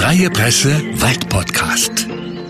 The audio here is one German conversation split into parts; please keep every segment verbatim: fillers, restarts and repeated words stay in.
Freie Presse Waldpodcast.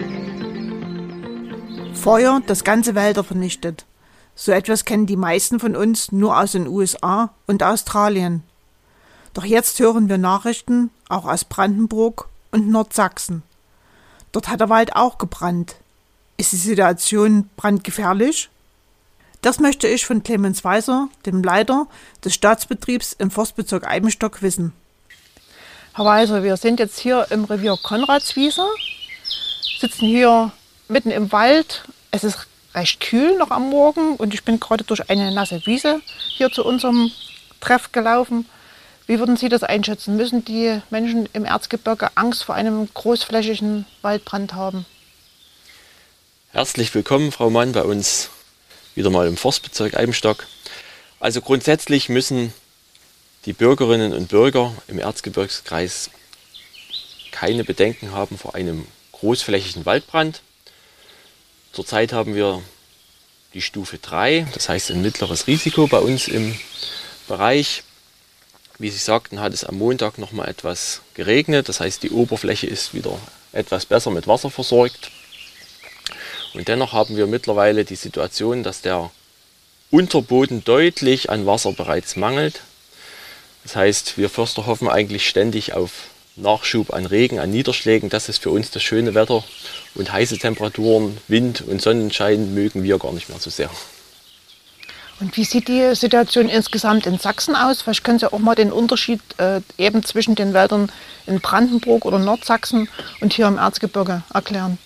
Feuer, das ganze Wälder vernichtet. So etwas kennen die meisten von uns nur aus den U S A und Australien. Doch jetzt hören wir Nachrichten, auch aus Brandenburg und Nordsachsen. Dort hat der Wald auch gebrannt. Ist die Situation brandgefährlich? Das möchte ich von Clemens Weißer, dem Leiter des Staatsbetriebs im Forstbezirk Eibenstock, wissen. Herr Weißer, wir sind jetzt hier im Revier Konradswiese, sitzen hier mitten im Wald. Es ist recht kühl noch am Morgen und ich bin gerade durch eine nasse Wiese hier zu unserem Treff gelaufen. Wie würden Sie das einschätzen? Müssen die Menschen im Erzgebirge Angst vor einem großflächigen Waldbrand haben? Herzlich willkommen, Frau Mann, bei uns wieder mal im Forstbezirk Eibenstock. Also grundsätzlich müssen die Bürgerinnen und Bürger im Erzgebirgskreis keine Bedenken haben vor einem großflächigen Waldbrand. Zurzeit haben wir die Stufe drei, das heißt ein mittleres Risiko bei uns im Bereich. Wie Sie sagten, hat es am Montag noch mal etwas geregnet, das heißt die Oberfläche ist wieder etwas besser mit Wasser versorgt. Und dennoch haben wir mittlerweile die Situation, dass der Unterboden deutlich an Wasser bereits mangelt. Das heißt, wir Förster hoffen eigentlich ständig auf Nachschub an Regen, an Niederschlägen. Das ist für uns das schöne Wetter. Und heiße Temperaturen, Wind und Sonnenschein mögen wir gar nicht mehr so sehr. Und wie sieht die Situation insgesamt in Sachsen aus? Vielleicht können Sie auch mal den Unterschied äh, eben zwischen den Wäldern in Brandenburg oder Nordsachsen und hier im Erzgebirge erklären.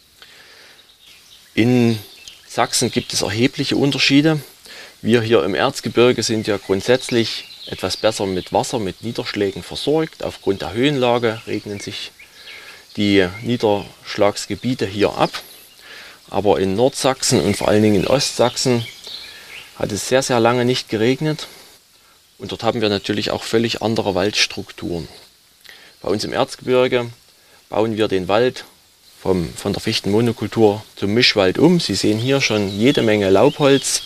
In Sachsen gibt es erhebliche Unterschiede. Wir hier im Erzgebirge sind ja grundsätzlich etwas besser mit Wasser, mit Niederschlägen versorgt. Aufgrund der Höhenlage regnen sich die Niederschlagsgebiete hier ab. Aber in Nordsachsen und vor allen Dingen in Ostsachsen hat es sehr, sehr lange nicht geregnet. Und dort haben wir natürlich auch völlig andere Waldstrukturen. Bei uns im Erzgebirge bauen wir den Wald vom, von der Fichtenmonokultur zum Mischwald um. Sie sehen hier schon jede Menge Laubholz,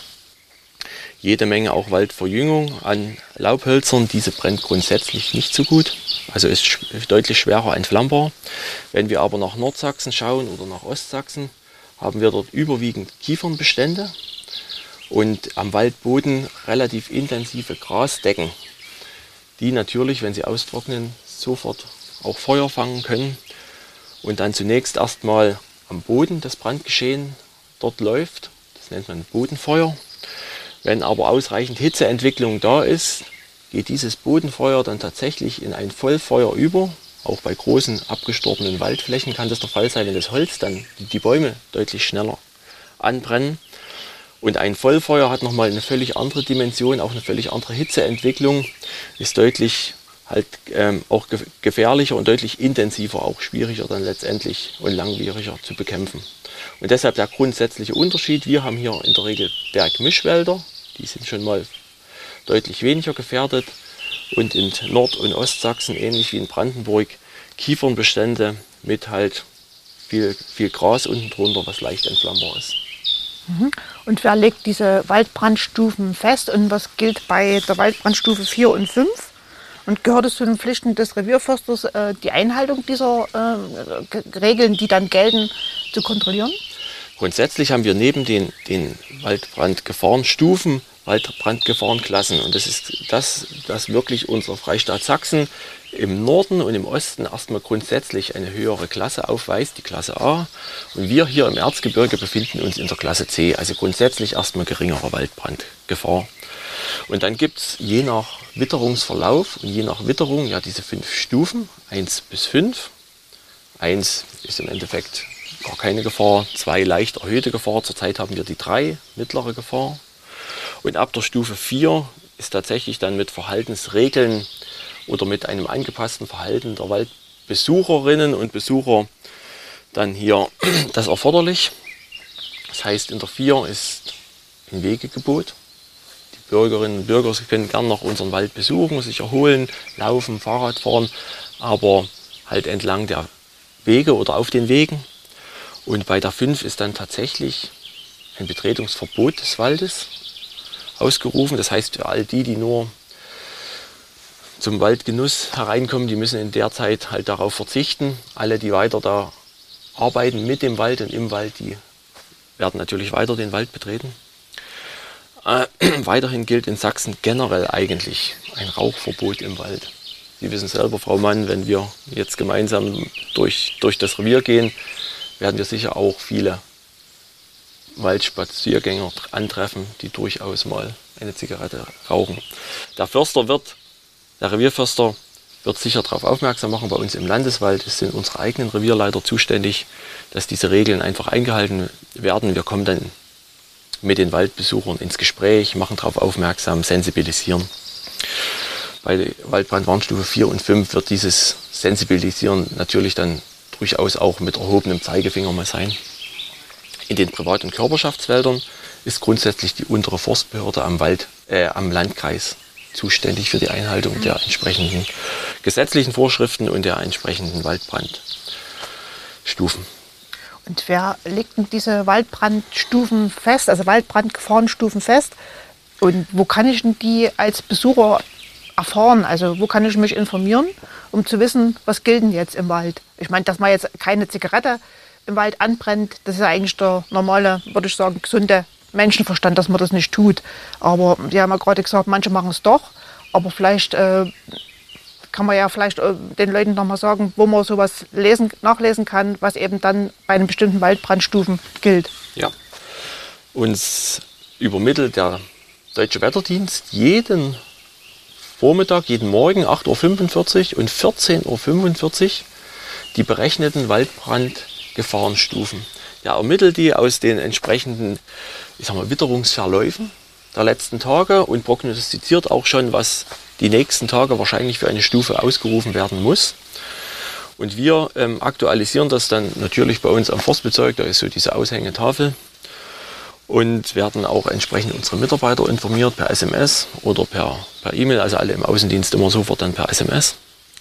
jede Menge auch Waldverjüngung an Laubhölzern. Diese brennt grundsätzlich nicht so gut, also ist sch- deutlich schwerer entflammbar. Wenn wir aber nach Nordsachsen schauen oder nach Ostsachsen, haben wir dort überwiegend Kiefernbestände und am Waldboden relativ intensive Grasdecken, die natürlich, wenn sie austrocknen, sofort auch Feuer fangen können und dann zunächst erstmal am Boden das Brandgeschehen dort läuft. Das nennt man Bodenfeuer. Wenn aber ausreichend Hitzeentwicklung da ist, geht dieses Bodenfeuer dann tatsächlich in ein Vollfeuer über. Auch bei großen abgestorbenen Waldflächen kann das der Fall sein, wenn das Holz dann, die Bäume deutlich schneller anbrennen. Und ein Vollfeuer hat nochmal eine völlig andere Dimension, auch eine völlig andere Hitzeentwicklung, ist deutlich halt ähm, auch ge- gefährlicher und deutlich intensiver, auch schwieriger dann letztendlich und langwieriger zu bekämpfen. Und deshalb der grundsätzliche Unterschied. Wir haben hier in der Regel Bergmischwälder, die sind schon mal deutlich weniger gefährdet. Und in Nord- und Ostsachsen, ähnlich wie in Brandenburg, Kiefernbestände mit halt viel, viel Gras unten drunter, was leicht entflammbar ist. Und wer legt diese Waldbrandstufen fest und was gilt bei der Waldbrandstufe vier und fünf? Und gehört es zu den Pflichten des Revierförsters, äh, die Einhaltung dieser äh, G- Regeln, die dann gelten, zu kontrollieren? Grundsätzlich haben wir neben den, den Waldbrandgefahrenstufen Waldbrandgefahrenklassen. Und das ist das, das wirklich unser Freistaat Sachsen im Norden und im Osten erstmal grundsätzlich eine höhere Klasse aufweist, die Klasse A. Und wir hier im Erzgebirge befinden uns in der Klasse C, also grundsätzlich erstmal geringere Waldbrandgefahr. Und dann gibt es je nach Witterungsverlauf und je nach Witterung ja diese fünf Stufen, eins bis fünf. eins ist im Endeffekt gar keine Gefahr, zwei leicht erhöhte Gefahr. Zurzeit haben wir die drei, mittlere Gefahr. Und ab der Stufe vier ist tatsächlich dann mit Verhaltensregeln oder mit einem angepassten Verhalten der Waldbesucherinnen und Besucher dann hier das erforderlich. Das heißt, in der vier ist ein Wegegebot. Die Bürgerinnen und Bürger können gerne noch unseren Wald besuchen, sich erholen, laufen, Fahrrad fahren, aber halt entlang der Wege oder auf den Wegen. Und bei der fünf ist dann tatsächlich ein Betretungsverbot des Waldes ausgerufen. Das heißt, für all die, die nur zum Waldgenuss hereinkommen, die müssen in der Zeit halt darauf verzichten. Alle, die weiter da arbeiten mit dem Wald und im Wald, die werden natürlich weiter den Wald betreten. Äh, weiterhin gilt in Sachsen generell eigentlich ein Rauchverbot im Wald. Sie wissen selber, Frau Mann, wenn wir jetzt gemeinsam durch, durch das Revier gehen, werden wir sicher auch viele Waldspaziergänger antreffen, die durchaus mal eine Zigarette rauchen. Der Förster wird, der Revierförster wird sicher darauf aufmerksam machen. Bei uns im Landeswald sind unsere eigenen Revierleiter zuständig, dass diese Regeln einfach eingehalten werden. Wir kommen dann mit den Waldbesuchern ins Gespräch, machen darauf aufmerksam, sensibilisieren. Bei Waldbrandwarnstufe vier und fünf wird dieses Sensibilisieren natürlich dann durchaus auch mit erhobenem Zeigefinger mal sein. In den Privat- und Körperschaftswäldern ist grundsätzlich die untere Forstbehörde am, Wald, äh, am Landkreis zuständig für die Einhaltung der entsprechenden gesetzlichen Vorschriften und der entsprechenden Waldbrandstufen. Und wer legt denn diese Waldbrandstufen fest, also Waldbrandgefahrenstufen fest? Und wo kann ich denn die als Besucher erfahren? Also wo kann ich mich informieren, um zu wissen, was gilt denn jetzt im Wald? Ich meine, dass man jetzt keine Zigarette im Wald anbrennt, das ist ja eigentlich der normale, würde ich sagen, gesunde Menschenverstand, dass man das nicht tut. Aber Sie haben ja gerade gesagt, manche machen es doch. Aber vielleicht äh, kann man ja vielleicht äh, den Leuten noch mal sagen, wo man sowas lesen, nachlesen kann, was eben dann bei einem bestimmten Waldbrandstufen gilt. Ja, uns übermittelt der Deutsche Wetterdienst jeden Vormittag, jeden Morgen acht Uhr fünfundvierzig und vierzehn Uhr fünfundvierzig die berechneten Waldbrandgefahrenstufen. Er ermittelt die aus den entsprechenden, ich sag mal, Witterungsverläufen der letzten Tage und prognostiziert auch schon, was die nächsten Tage wahrscheinlich für eine Stufe ausgerufen werden muss. Und wir ähm, aktualisieren das dann natürlich bei uns am Forstbezirk, da ist so diese Aushängetafel, und werden auch entsprechend unsere Mitarbeiter informiert per S M S oder per per E-Mail, also alle im Außendienst immer sofort dann per S M S.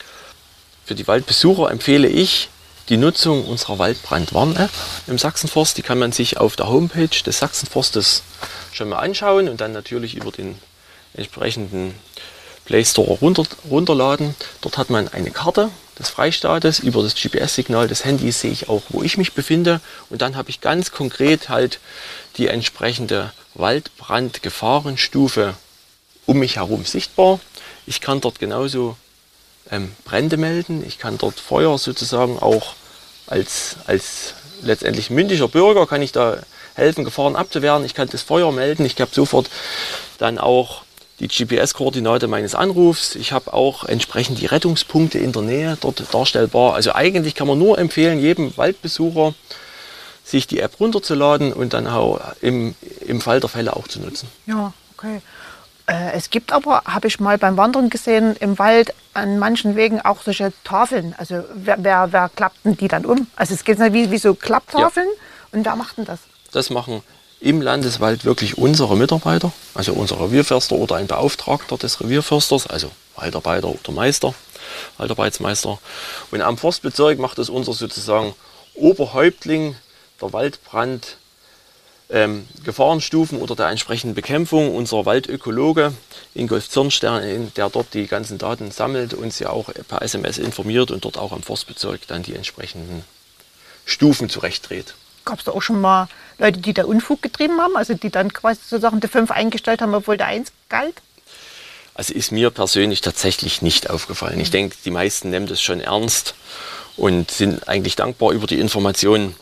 Für die Waldbesucher empfehle ich die Nutzung unserer Waldbrandwarn-App im Sachsenforst. Die kann man sich auf der Homepage des Sachsenforstes schon mal anschauen und dann natürlich über den entsprechenden Play Store runter, runterladen. Dort hat man eine Karte des Freistaates. Über das G P S-Signal des Handys sehe ich auch, wo ich mich befinde. Und dann habe ich ganz konkret halt die entsprechende Waldbrandgefahrenstufe um mich herum sichtbar. Ich kann dort genauso ähm, Brände melden. Ich kann dort Feuer sozusagen auch als, als letztendlich mündiger Bürger kann ich da helfen, Gefahren abzuwehren. Ich kann das Feuer melden. Ich habe sofort dann auch die G P S-Koordinate meines Anrufs. Ich habe auch entsprechend die Rettungspunkte in der Nähe dort darstellbar. Also eigentlich kann man nur empfehlen, jedem Waldbesucher sich die App runterzuladen und dann auch im, im Fall der Fälle auch zu nutzen. Ja, okay. Äh, es gibt aber, habe ich mal beim Wandern gesehen, im Wald an manchen Wegen auch solche Tafeln. Also wer, wer, wer klappt denn die dann um? Also es geht wie, wie so Klapptafeln. Ja. Und wer macht denn das? Das machen im Landeswald wirklich unsere Mitarbeiter, also unser Revierförster oder ein Beauftragter des Revierförsters, also Waldarbeiter oder Meister, Waldarbeitsmeister. Und am Forstbezirk macht es unser sozusagen Oberhäuptling der Waldbrand ähm, Gefahrenstufen oder der entsprechenden Bekämpfung, unser Waldökologe Ingolf Zirnstern, der dort die ganzen Daten sammelt, uns ja auch per S M S informiert und dort auch am Forstbezirk dann die entsprechenden Stufen zurechtdreht. Gab es da auch schon mal Leute, die da Unfug getrieben haben, also die dann quasi sozusagen die fünf eingestellt haben, obwohl der eins galt? Also ist mir persönlich tatsächlich nicht aufgefallen. Ich denke, die meisten nehmen das schon ernst und sind eigentlich dankbar über die Informationen.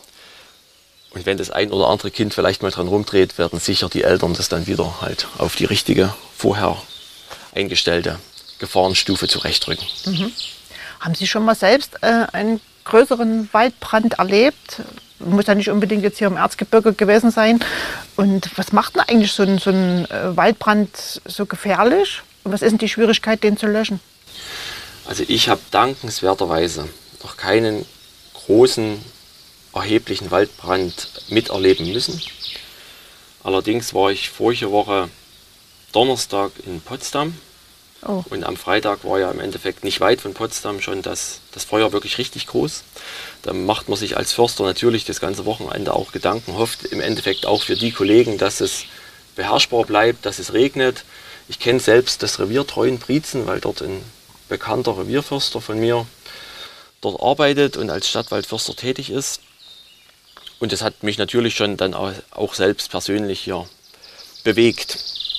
Und wenn das ein oder andere Kind vielleicht mal dran rumdreht, werden sicher die Eltern das dann wieder halt auf die richtige, vorher eingestellte Gefahrenstufe zurechtrücken. Mhm. Haben Sie schon mal selbst äh, einen größeren Waldbrand erlebt? Muss ja nicht unbedingt jetzt hier im Erzgebirge gewesen sein. Und was macht denn eigentlich so ein, so ein Waldbrand so gefährlich? Und was ist denn die Schwierigkeit, den zu löschen? Also ich habe dankenswerterweise noch keinen großen, erheblichen Waldbrand miterleben müssen. Allerdings war ich vorige Woche Donnerstag in Potsdam. Oh. Und am Freitag war ja im Endeffekt nicht weit von Potsdam schon das, das Feuer wirklich richtig groß. Da macht man sich als Förster natürlich das ganze Wochenende auch Gedanken, hofft im Endeffekt auch für die Kollegen, dass es beherrschbar bleibt, dass es regnet. Ich kenne selbst das Revier Treuenbrietzen, weil dort in bekannter Revierförster von mir dort arbeitet und als Stadtwaldförster tätig ist. Und das hat mich natürlich schon dann auch selbst persönlich hier bewegt.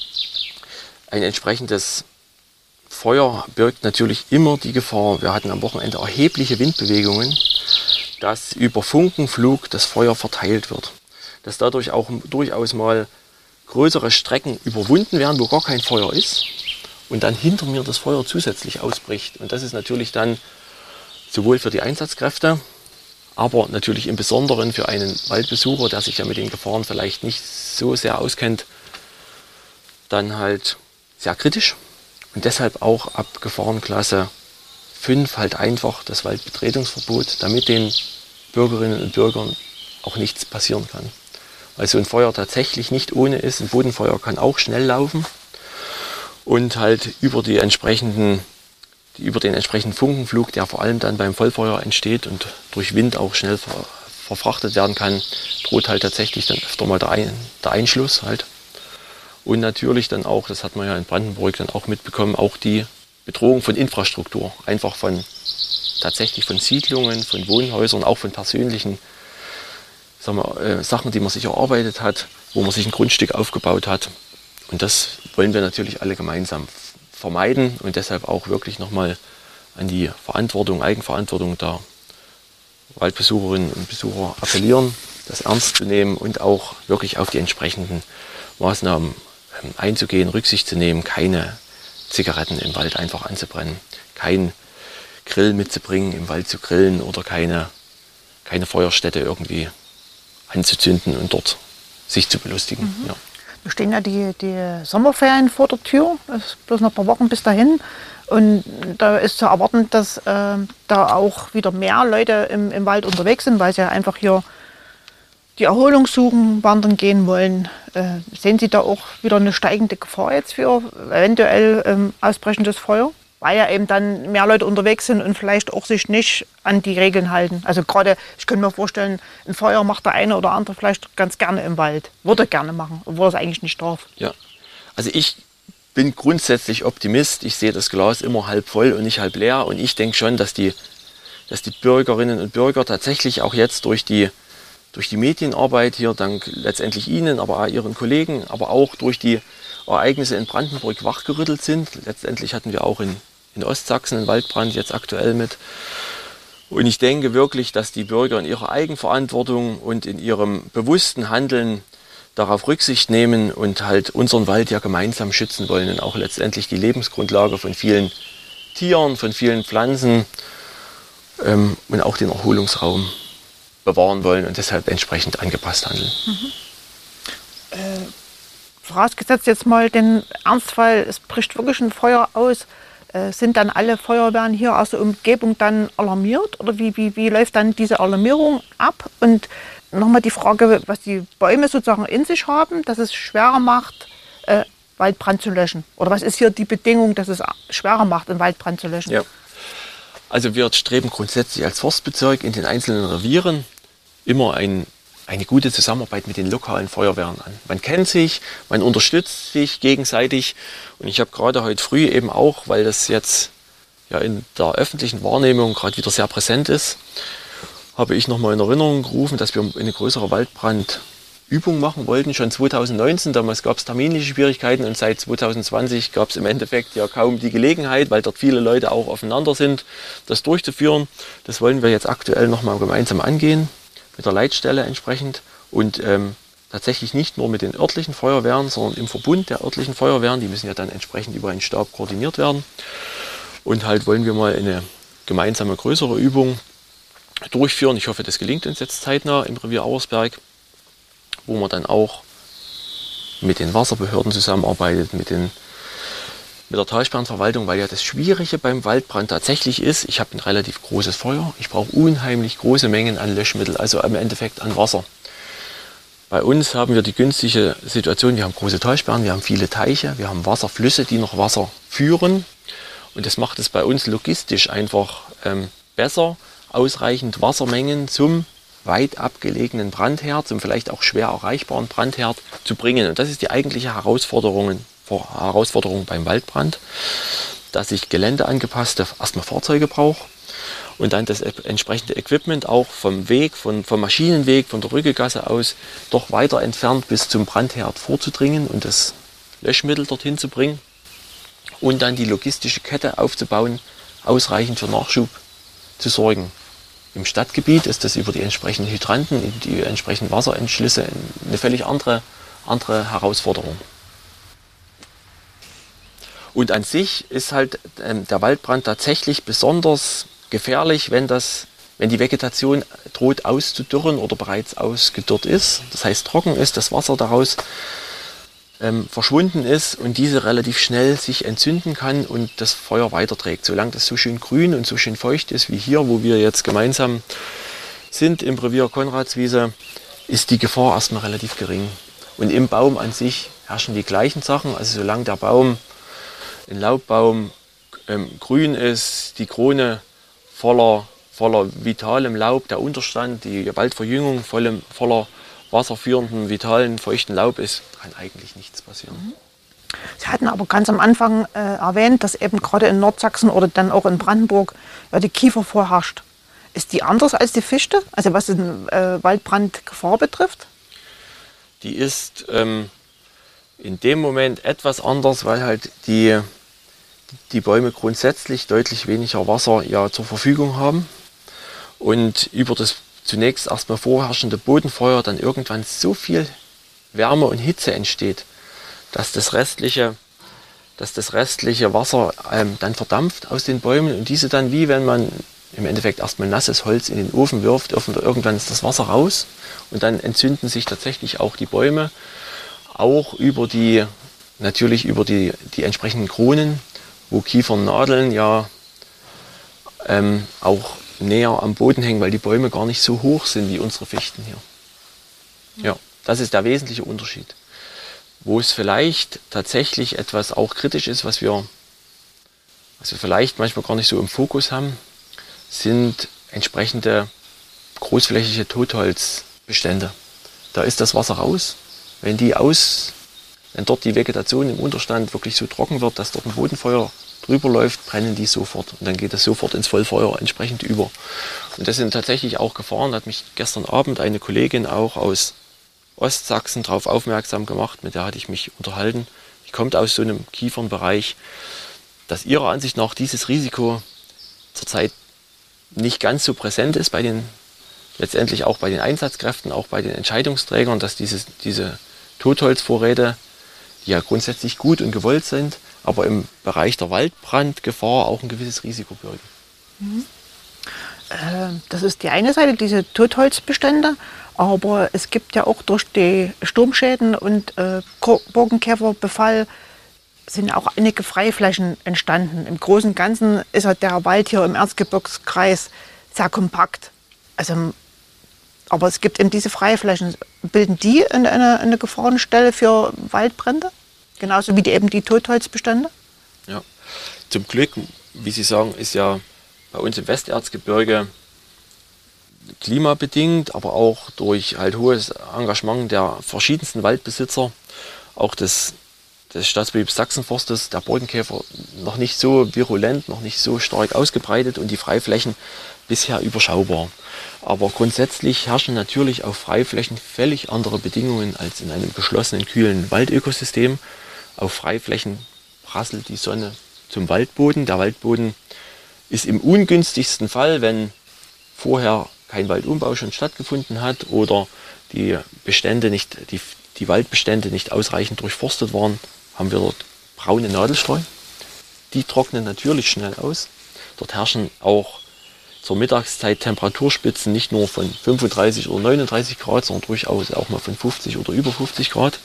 Ein entsprechendes Feuer birgt natürlich immer die Gefahr, wir hatten am Wochenende erhebliche Windbewegungen, dass über Funkenflug das Feuer verteilt wird. Dass dadurch auch durchaus mal größere Strecken überwunden werden, wo gar kein Feuer ist und dann hinter mir das Feuer zusätzlich ausbricht. Und das ist natürlich dann sowohl für die Einsatzkräfte, aber natürlich im Besonderen für einen Waldbesucher, der sich ja mit den Gefahren vielleicht nicht so sehr auskennt, dann halt sehr kritisch. Und deshalb auch ab Gefahrenklasse fünf halt einfach das Waldbetretungsverbot, damit den Bürgerinnen und Bürgern auch nichts passieren kann. Weil so ein Feuer tatsächlich nicht ohne ist. Ein Bodenfeuer kann auch schnell laufen und halt über die entsprechenden, die, über den entsprechenden Funkenflug, der vor allem dann beim Vollfeuer entsteht und durch Wind auch schnell ver, verfrachtet werden kann, droht halt tatsächlich dann öfter mal der, Ein, der Einschluss halt. Und natürlich dann auch, das hat man ja in Brandenburg dann auch mitbekommen, auch die Bedrohung von Infrastruktur. Einfach von tatsächlich von Siedlungen, von Wohnhäusern, auch von persönlichen sagen wir, äh, Sachen, die man sich erarbeitet hat, wo man sich ein Grundstück aufgebaut hat. Und das wollen wir natürlich alle gemeinsam vermeiden und deshalb auch wirklich nochmal an die Verantwortung, Eigenverantwortung der Waldbesucherinnen und Besucher appellieren, das ernst zu nehmen und auch wirklich auf die entsprechenden Maßnahmen ähm, einzugehen, Rücksicht zu nehmen, keine Zigaretten im Wald einfach anzubrennen, kein Grill mitzubringen, im Wald zu grillen oder keine, keine Feuerstätte irgendwie anzuzünden und dort sich zu belustigen. Mhm. Ja. Da stehen ja die, die Sommerferien vor der Tür, es ist bloß noch ein paar Wochen bis dahin. Und da ist zu erwarten, dass äh, da auch wieder mehr Leute im, im Wald unterwegs sind, weil sie ja einfach hier die Erholung suchen, wandern gehen wollen. Äh, sehen Sie da auch wieder eine steigende Gefahr jetzt für eventuell ähm, ausbrechendes Feuer? Weil ja eben dann mehr Leute unterwegs sind und vielleicht auch sich nicht an die Regeln halten. Also gerade, ich könnte mir vorstellen, ein Feuer macht der eine oder andere vielleicht ganz gerne im Wald. Würde gerne machen, obwohl er es eigentlich nicht darf. Ja, also ich bin grundsätzlich Optimist. Ich sehe das Glas immer halb voll und nicht halb leer. Und ich denke schon, dass die, dass die Bürgerinnen und Bürger tatsächlich auch jetzt durch die, durch die Medienarbeit hier, dank letztendlich Ihnen, aber auch Ihren Kollegen, aber auch durch die Ereignisse in Brandenburg wachgerüttelt sind. Letztendlich hatten wir auch in, in Ostsachsen einen Waldbrand jetzt aktuell mit. Und ich denke wirklich, dass die Bürger in ihrer Eigenverantwortung und in ihrem bewussten Handeln darauf Rücksicht nehmen und halt unseren Wald ja gemeinsam schützen wollen und auch letztendlich die Lebensgrundlage von vielen Tieren, von vielen Pflanzen ähm, und auch den Erholungsraum bewahren wollen und deshalb entsprechend angepasst handeln. Mhm. Äh, vorausgesetzt jetzt mal den Ernstfall, es bricht wirklich ein Feuer aus, äh, sind dann alle Feuerwehren hier aus der Umgebung dann alarmiert oder wie, wie, wie läuft dann diese Alarmierung ab? Und nochmal die Frage, was die Bäume sozusagen in sich haben, dass es schwerer macht, äh, Waldbrand zu löschen. Oder was ist hier die Bedingung, dass es schwerer macht, einen Waldbrand zu löschen? Ja. Also wir streben grundsätzlich als Forstbezirk in den einzelnen Revieren immer ein, eine gute Zusammenarbeit mit den lokalen Feuerwehren an. Man kennt sich, man unterstützt sich gegenseitig. Und ich habe gerade heute früh eben auch, weil das jetzt ja in der öffentlichen Wahrnehmung gerade wieder sehr präsent ist, habe ich nochmal in Erinnerung gerufen, dass wir eine größere Waldbrandübung machen wollten, schon zweitausendneunzehn. Damals gab es terminliche Schwierigkeiten und seit zweitausendzwanzig gab es im Endeffekt ja kaum die Gelegenheit, weil dort viele Leute auch aufeinander sind, das durchzuführen. Das wollen wir jetzt aktuell nochmal gemeinsam angehen, mit der Leitstelle entsprechend und ähm, tatsächlich nicht nur mit den örtlichen Feuerwehren, sondern im Verbund der örtlichen Feuerwehren. Die müssen ja dann entsprechend über einen Stab koordiniert werden. Und halt wollen wir mal eine gemeinsame größere Übung durchführen. Ich hoffe, das gelingt uns jetzt zeitnah im Revier Auersberg, wo man dann auch mit den Wasserbehörden zusammenarbeitet, mit, den, mit der Talsperrenverwaltung, weil ja das Schwierige beim Waldbrand tatsächlich ist, ich habe ein relativ großes Feuer, ich brauche unheimlich große Mengen an Löschmittel, also im Endeffekt an Wasser. Bei uns haben wir die günstige Situation, wir haben große Talsperren, wir haben viele Teiche, wir haben Wasserflüsse, die noch Wasser führen und das macht es bei uns logistisch einfach ähm, besser, ausreichend Wassermengen zum weit abgelegenen Brandherd, zum vielleicht auch schwer erreichbaren Brandherd zu bringen. Und das ist die eigentliche Herausforderung, Herausforderung beim Waldbrand, dass ich geländeangepasste erstmal Fahrzeuge brauche und dann das entsprechende Equipment auch vom Weg, von, vom Maschinenweg, von der Rüggegasse aus doch weiter entfernt bis zum Brandherd vorzudringen und das Löschmittel dorthin zu bringen und dann die logistische Kette aufzubauen, ausreichend für Nachschub zu sorgen. Im Stadtgebiet ist das über die entsprechenden Hydranten, die entsprechenden Wasserentschlüsse eine völlig andere, andere Herausforderung. Und an sich ist halt ähm, der Waldbrand tatsächlich besonders gefährlich, wenn, das, wenn die Vegetation droht auszudürren oder bereits ausgedürrt ist. Das heißt trocken ist, das Wasser daraus ähm, verschwunden ist und diese relativ schnell sich entzünden kann und das Feuer weiterträgt. Solange das so schön grün und so schön feucht ist wie hier, wo wir jetzt gemeinsam sind im Revier Konradswiese, ist die Gefahr erstmal relativ gering. Und im Baum an sich herrschen die gleichen Sachen. Also solange der Baum, ein Laubbaum, ähm, grün ist, die Krone voller, voller vitalem Laub, der Unterstand, die Waldverjüngung vollem, voller wasserführenden, vitalen, feuchten Laub ist, kann eigentlich nichts passieren. Sie hatten aber ganz am Anfang äh, erwähnt, dass eben gerade in Nordsachsen oder dann auch in Brandenburg ja, die Kiefer vorherrscht. Ist die anders als die Fichte, also was den äh, Waldbrandgefahr betrifft? Die ist ähm, in dem Moment etwas anders, weil halt die, die Bäume grundsätzlich deutlich weniger Wasser ja zur Verfügung haben und über das zunächst erstmal vorherrschende Bodenfeuer dann irgendwann so viel Wärme und Hitze entsteht, dass das restliche, dass das restliche Wasser ähm, dann verdampft aus den Bäumen und diese dann, wie wenn man im Endeffekt erstmal nasses Holz in den Ofen wirft, irgendwann ist das Wasser raus und dann entzünden sich tatsächlich auch die Bäume, auch über die, natürlich über die, die entsprechenden Kronen, wo Kiefernadeln ja ähm, auch näher am Boden hängen, weil die Bäume gar nicht so hoch sind wie unsere Fichten hier. Ja, das ist der wesentliche Unterschied. Wo es vielleicht tatsächlich etwas auch kritisch ist, was wir, was wir vielleicht manchmal gar nicht so im Fokus haben, sind entsprechende großflächige Totholzbestände. Da ist das Wasser raus. Wenn die aus, wenn dort die Vegetation im Unterstand wirklich so trocken wird, dass dort ein Bodenfeuer drüber läuft, brennen die sofort und dann geht das sofort ins Vollfeuer entsprechend über. Und das sind tatsächlich auch Gefahren. Da hat mich gestern Abend eine Kollegin auch aus Ostsachsen darauf aufmerksam gemacht, mit der hatte ich mich unterhalten. Die kommt aus so einem Kiefernbereich, dass ihrer Ansicht nach dieses Risiko zurzeit nicht ganz so präsent ist bei den, letztendlich auch bei den Einsatzkräften, auch bei den Entscheidungsträgern, dass dieses, diese Totholzvorräte, die ja grundsätzlich gut und gewollt sind, aber im Bereich der Waldbrandgefahr auch ein gewisses Risiko birgen. Mhm. Äh, das ist die eine Seite, diese Totholzbestände, aber es gibt ja auch durch die Sturmschäden und äh, Borkenkäferbefall sind auch einige Freiflächen entstanden. Im Großen und Ganzen ist halt der Wald hier im Erzgebirgskreis sehr kompakt. Also, aber es gibt eben diese Freiflächen. Bilden die eine, eine, eine Gefahrenstelle für Waldbrände? Genauso wie die, eben die Totholzbestände? Ja, zum Glück, wie Sie sagen, ist ja bei uns im Westerzgebirge klimabedingt, aber auch durch halt hohes Engagement der verschiedensten Waldbesitzer, auch des des Staatsbetriebs Sachsenforstes, der Borkenkäfer noch nicht so virulent, noch nicht so stark ausgebreitet und die Freiflächen bisher überschaubar. Aber grundsätzlich herrschen natürlich auf Freiflächen völlig andere Bedingungen als in einem geschlossenen, kühlen Waldökosystem. Auf Freiflächen prasselt die Sonne zum Waldboden. Der Waldboden ist im ungünstigsten Fall, wenn vorher kein Waldumbau schon stattgefunden hat oder die Bestände nicht, die, die Waldbestände nicht ausreichend durchforstet waren, haben wir dort braune Nadelstreu. Die trocknen natürlich schnell aus. Dort herrschen auch zur Mittagszeit Temperaturspitzen nicht nur von fünfunddreißig oder neununddreißig Grad, sondern durchaus auch mal von fünfzig oder über fünfzig Grad.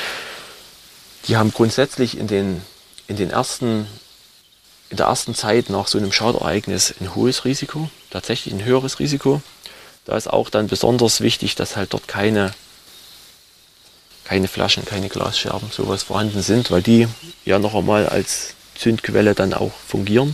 Die haben grundsätzlich in, den, in, den ersten, in der ersten Zeit nach so einem Schadereignis ein hohes Risiko, tatsächlich ein höheres Risiko. Da ist auch dann besonders wichtig, dass halt dort keine keine Flaschen, keine Glasscherben, sowas vorhanden sind, weil die ja noch einmal als Zündquelle dann auch fungieren.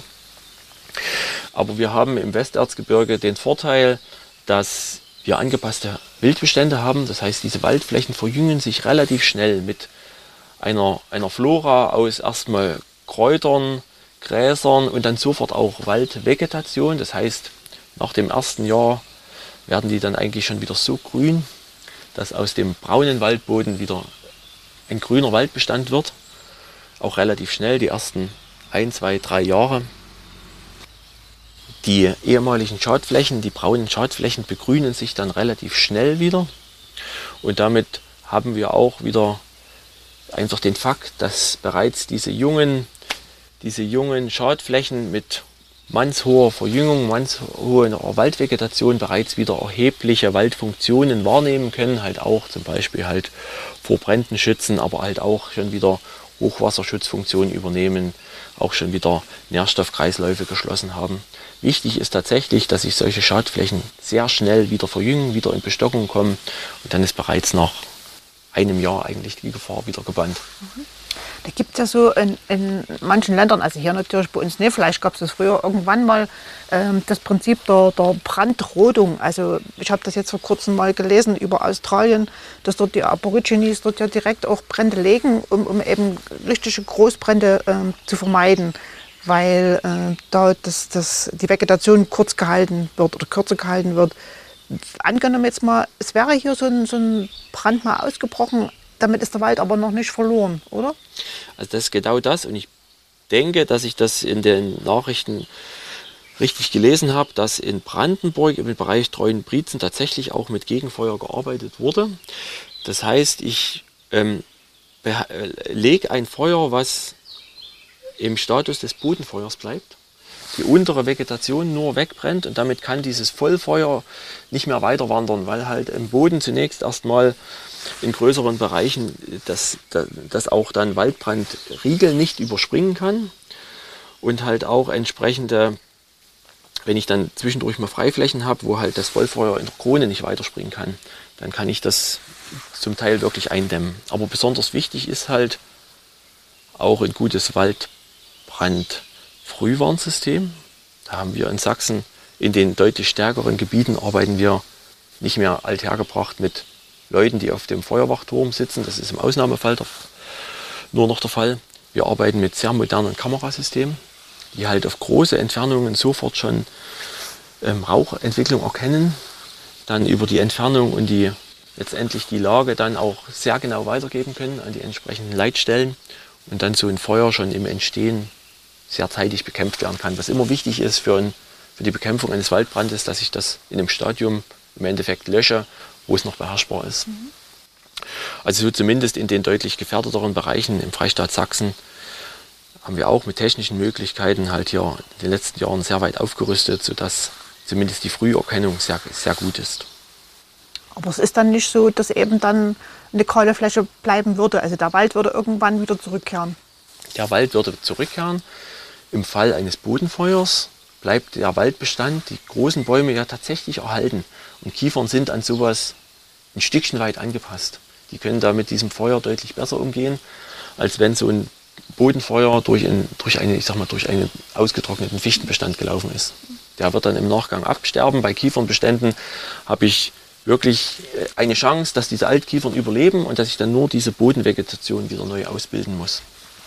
Aber wir haben im Westerzgebirge den Vorteil, dass wir angepasste Wildbestände haben. Das heißt, diese Waldflächen verjüngen sich relativ schnell mit einer, einer Flora aus erstmal Kräutern, Gräsern und dann sofort auch Waldvegetation. Das heißt, nach dem ersten Jahr werden die dann eigentlich schon wieder so grün, dass aus dem braunen Waldboden wieder ein grüner Waldbestand wird. Auch relativ schnell, die ersten ein, zwei, drei Jahre. Die ehemaligen Schadflächen, die braunen Schadflächen begrünen sich dann relativ schnell wieder. Und damit haben wir auch wieder einfach den Fakt, dass bereits diese jungen, diese jungen Schadflächen mit mannshoher Verjüngung, mannshoher Waldvegetation bereits wieder erhebliche Waldfunktionen wahrnehmen können. Halt auch zum Beispiel halt vor Bränden schützen, aber halt auch schon wieder Hochwasserschutzfunktionen übernehmen, auch schon wieder Nährstoffkreisläufe geschlossen haben. Wichtig ist tatsächlich, dass sich solche Schadflächen sehr schnell wieder verjüngen, wieder in Bestockung kommen und dann ist bereits nach einem Jahr eigentlich die Gefahr wieder gebannt. Da gibt es ja so in, in manchen Ländern, also hier natürlich bei uns nicht, vielleicht gab es das früher irgendwann mal, ähm, das Prinzip der, der Brandrodung. Also ich habe das jetzt vor kurzem mal gelesen über Australien, dass dort die Aborigines dort ja direkt auch Brände legen, um, um eben richtige Großbrände ähm, zu vermeiden, weil äh, da das, das, die Vegetation kurz gehalten wird oder kürzer gehalten wird. Angenommen jetzt mal, es wäre hier so ein, so ein Brand mal ausgebrochen, damit ist der Wald aber noch nicht verloren, oder? Also das ist genau das und ich denke, dass ich das in den Nachrichten richtig gelesen habe, dass in Brandenburg im Bereich Treuenbrietzen tatsächlich auch mit Gegenfeuer gearbeitet wurde. Das heißt, ich ähm, lege ein Feuer, was im Status des Bodenfeuers bleibt, die untere Vegetation nur wegbrennt und damit kann dieses Vollfeuer nicht mehr weiter wandern, weil halt im Boden zunächst erstmal in größeren Bereichen das, das, das auch dann Waldbrandriegel nicht überspringen kann und halt auch entsprechende, wenn ich dann zwischendurch mal Freiflächen habe, wo halt das Vollfeuer in der Krone nicht weiterspringen kann, dann kann ich das zum Teil wirklich eindämmen. Aber besonders wichtig ist halt auch ein gutes Waldbrandfrühwarnsystem. Da haben wir in Sachsen in den deutlich stärkeren Gebieten arbeiten wir nicht mehr althergebracht mit Leuten, die auf dem Feuerwachturm sitzen. Das ist im Ausnahmefall der, nur noch der Fall. Wir arbeiten mit sehr modernen Kamerasystemen, die halt auf große Entfernungen sofort schon ähm, Rauchentwicklung erkennen, dann über die Entfernung und die letztendlich die Lage dann auch sehr genau weitergeben können an die entsprechenden Leitstellen und dann so ein Feuer schon im Entstehen sehr zeitig bekämpft werden kann. Was immer wichtig ist für, ein, für die Bekämpfung eines Waldbrandes, dass ich das in einem Stadium im Endeffekt lösche, wo es noch beherrschbar ist. Mhm. Also so zumindest in den deutlich gefährdeteren Bereichen im Freistaat Sachsen haben wir auch mit technischen Möglichkeiten halt hier in den letzten Jahren sehr weit aufgerüstet, sodass zumindest die Früherkennung sehr, sehr gut ist. Aber es ist dann nicht so, dass eben dann eine kahle Fläche bleiben würde. Also der Wald würde irgendwann wieder zurückkehren. Der Wald würde zurückkehren. Im Fall eines Bodenfeuers bleibt der Waldbestand, die großen Bäume ja tatsächlich erhalten. Und Kiefern sind an sowas ein Stückchen weit angepasst. Die können da mit diesem Feuer deutlich besser umgehen, als wenn so ein Bodenfeuer durch, ein, durch, eine, ich sag mal, durch einen ausgetrockneten Fichtenbestand gelaufen ist. Der wird dann im Nachgang absterben. Bei Kiefernbeständen habe ich wirklich eine Chance, dass diese Altkiefern überleben und dass ich dann nur diese Bodenvegetation wieder neu ausbilden muss.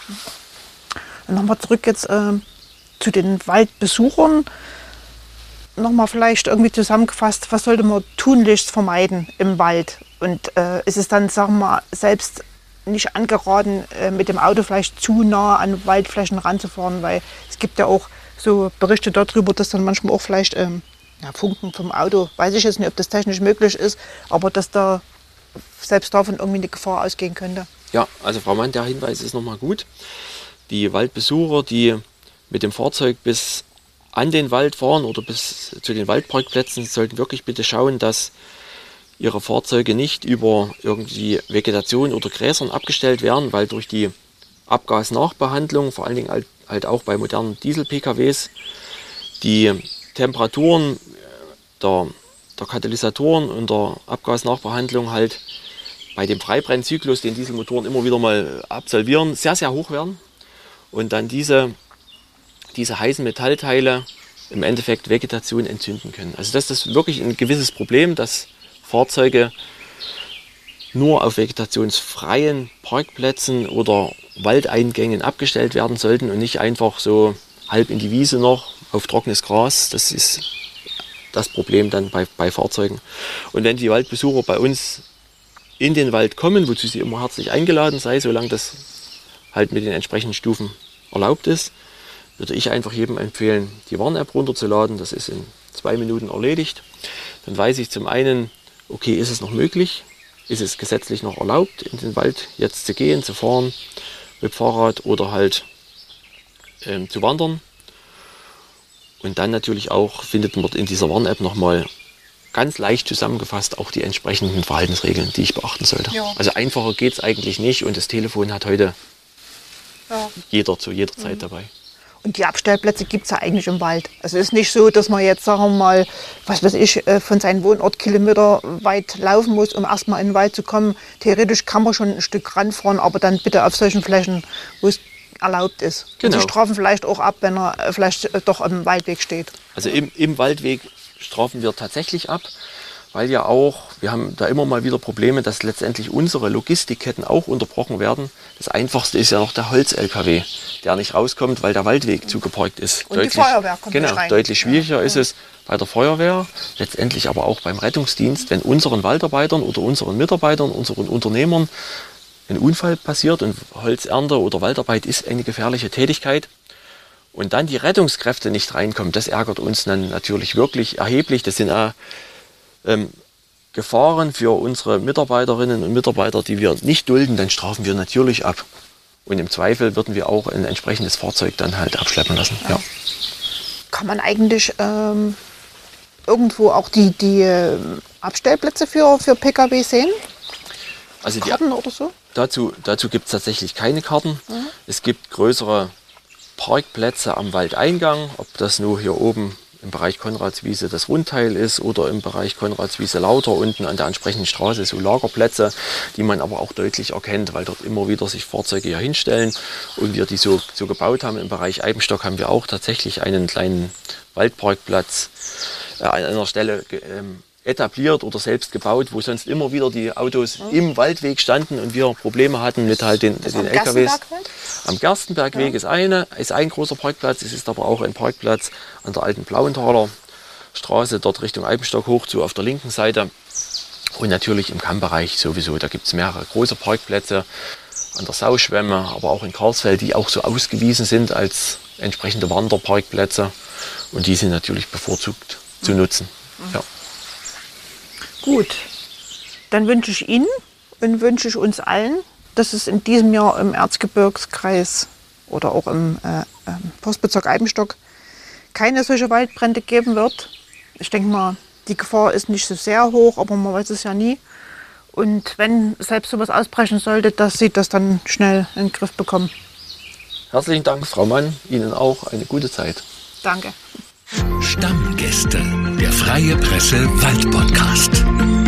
Dann nochmal zurück jetzt äh, zu den Waldbesuchern. Nochmal vielleicht irgendwie zusammengefasst, was sollte man tunlichst vermeiden im Wald? Und äh, ist es dann, sagen wir mal, selbst nicht angeraten, äh, mit dem Auto vielleicht zu nah an Waldflächen ranzufahren, weil es gibt ja auch so Berichte darüber, dass dann manchmal auch vielleicht ähm, ja, Funken vom Auto, weiß ich jetzt nicht, ob das technisch möglich ist, aber dass da selbst davon irgendwie eine Gefahr ausgehen könnte. Ja, also Frau Mann, der Hinweis ist nochmal gut. Die Waldbesucher, die mit dem Fahrzeug bis an den Wald fahren oder bis zu den Waldparkplätzen, sollten wirklich bitte schauen, dass ihre Fahrzeuge nicht über irgendwie Vegetation oder Gräsern abgestellt werden, weil durch die Abgasnachbehandlung, vor allen Dingen halt, halt auch bei modernen Diesel-P K Ws, die Temperaturen der, der Katalysatoren und der Abgasnachbehandlung halt bei dem Freibrennzyklus, den Dieselmotoren immer wieder mal absolvieren, sehr, sehr hoch werden und dann diese, diese heißen Metallteile im Endeffekt Vegetation entzünden können. Also das ist wirklich ein gewisses Problem, dass Fahrzeuge nur auf vegetationsfreien Parkplätzen oder Waldeingängen abgestellt werden sollten und nicht einfach so halb in die Wiese noch auf trockenes Gras. Das ist das Problem dann bei, bei Fahrzeugen. Und wenn die Waldbesucher bei uns in den Wald kommen, wozu sie immer herzlich eingeladen sei, solange das halt mit den entsprechenden Stufen erlaubt ist, würde ich einfach jedem empfehlen, die Warn-App runterzuladen. Das ist in zwei Minuten erledigt. Dann weiß ich zum einen, okay, ist es noch möglich? Ist es gesetzlich noch erlaubt, in den Wald jetzt zu gehen, zu fahren mit Fahrrad oder halt ähm, zu wandern? Und dann natürlich auch findet man in dieser Warn-App nochmal ganz leicht zusammengefasst auch die entsprechenden Verhaltensregeln, die ich beachten sollte. Ja. Also einfacher geht es eigentlich nicht und das Telefon hat heute ja. jeder zu jeder Zeit mhm. dabei. Und die Abstellplätze gibt es ja eigentlich im Wald. Also es ist nicht so, dass man jetzt, sagen wir mal, was weiß ich, von seinem Wohnort Kilometer weit laufen muss, um erstmal in den Wald zu kommen. Theoretisch kann man schon ein Stück ranfahren, aber dann bitte auf solchen Flächen, wo es erlaubt ist. Genau. Und sie strafen vielleicht auch ab, wenn er vielleicht doch am Waldweg steht. Also im, im Waldweg strafen wir tatsächlich ab, weil ja auch, wir haben da immer mal wieder Probleme, dass letztendlich unsere Logistikketten auch unterbrochen werden. Das Einfachste ist ja noch der Holz-L K W, der nicht rauskommt, weil der Waldweg zugeparkt ist. Und deutlich, die Feuerwehr kommt genau, rein. Deutlich schwieriger ja. ist es bei der Feuerwehr, letztendlich aber auch beim Rettungsdienst, wenn unseren Waldarbeitern oder unseren Mitarbeitern, unseren Unternehmern ein Unfall passiert und Holzernte oder Waldarbeit ist eine gefährliche Tätigkeit und dann die Rettungskräfte nicht reinkommen, das ärgert uns dann natürlich wirklich erheblich. Das sind auch ähm, Gefahren für unsere Mitarbeiterinnen und Mitarbeiter, die wir nicht dulden, dann strafen wir natürlich ab. Und im Zweifel würden wir auch ein entsprechendes Fahrzeug dann halt abschleppen lassen. Ja. Ja. Kann man eigentlich ähm, irgendwo auch die, die äh, Abstellplätze für, für P K W sehen? Also die Karten oder so? Dazu, dazu gibt es tatsächlich keine Karten. Mhm. Es gibt größere Parkplätze am Waldeingang, ob das nur hier oben im Bereich Konradswiese das Rundteil ist oder im Bereich Konradswiese Lauter unten an der entsprechenden Straße so Lagerplätze, die man aber auch deutlich erkennt, weil dort immer wieder sich Fahrzeuge hier hinstellen und wir die so, so gebaut haben. Im Bereich Eibenstock haben wir auch tatsächlich einen kleinen Waldparkplatz äh, an einer Stelle ähm, etabliert oder selbst gebaut, wo sonst immer wieder die Autos mhm. im Waldweg standen und wir Probleme hatten mit halt den, den L K Ws. Am Gerstenbergweg ja. ist, eine, ist ein großer Parkplatz, es ist aber auch ein Parkplatz an der alten Blauenthaler Straße, dort Richtung Eibenstock hoch zu auf der linken Seite und natürlich im Kammbereich sowieso, da gibt es mehrere große Parkplätze an der Sauschwemme, aber auch in Karlsfeld, die auch so ausgewiesen sind als entsprechende Wanderparkplätze und die sind natürlich bevorzugt mhm. zu nutzen. Mhm. Ja. Gut, dann wünsche ich Ihnen und wünsche ich uns allen, dass es in diesem Jahr im Erzgebirgskreis oder auch im äh, äh, Forstbezirk Eibenstock keine solche Waldbrände geben wird. Ich denke mal, die Gefahr ist nicht so sehr hoch, aber man weiß es ja nie. Und wenn selbst sowas ausbrechen sollte, dass Sie das dann schnell in den Griff bekommen. Herzlichen Dank, Frau Mann. Ihnen auch eine gute Zeit. Danke. Stammgäste, der Freie Presse Wald Podcast.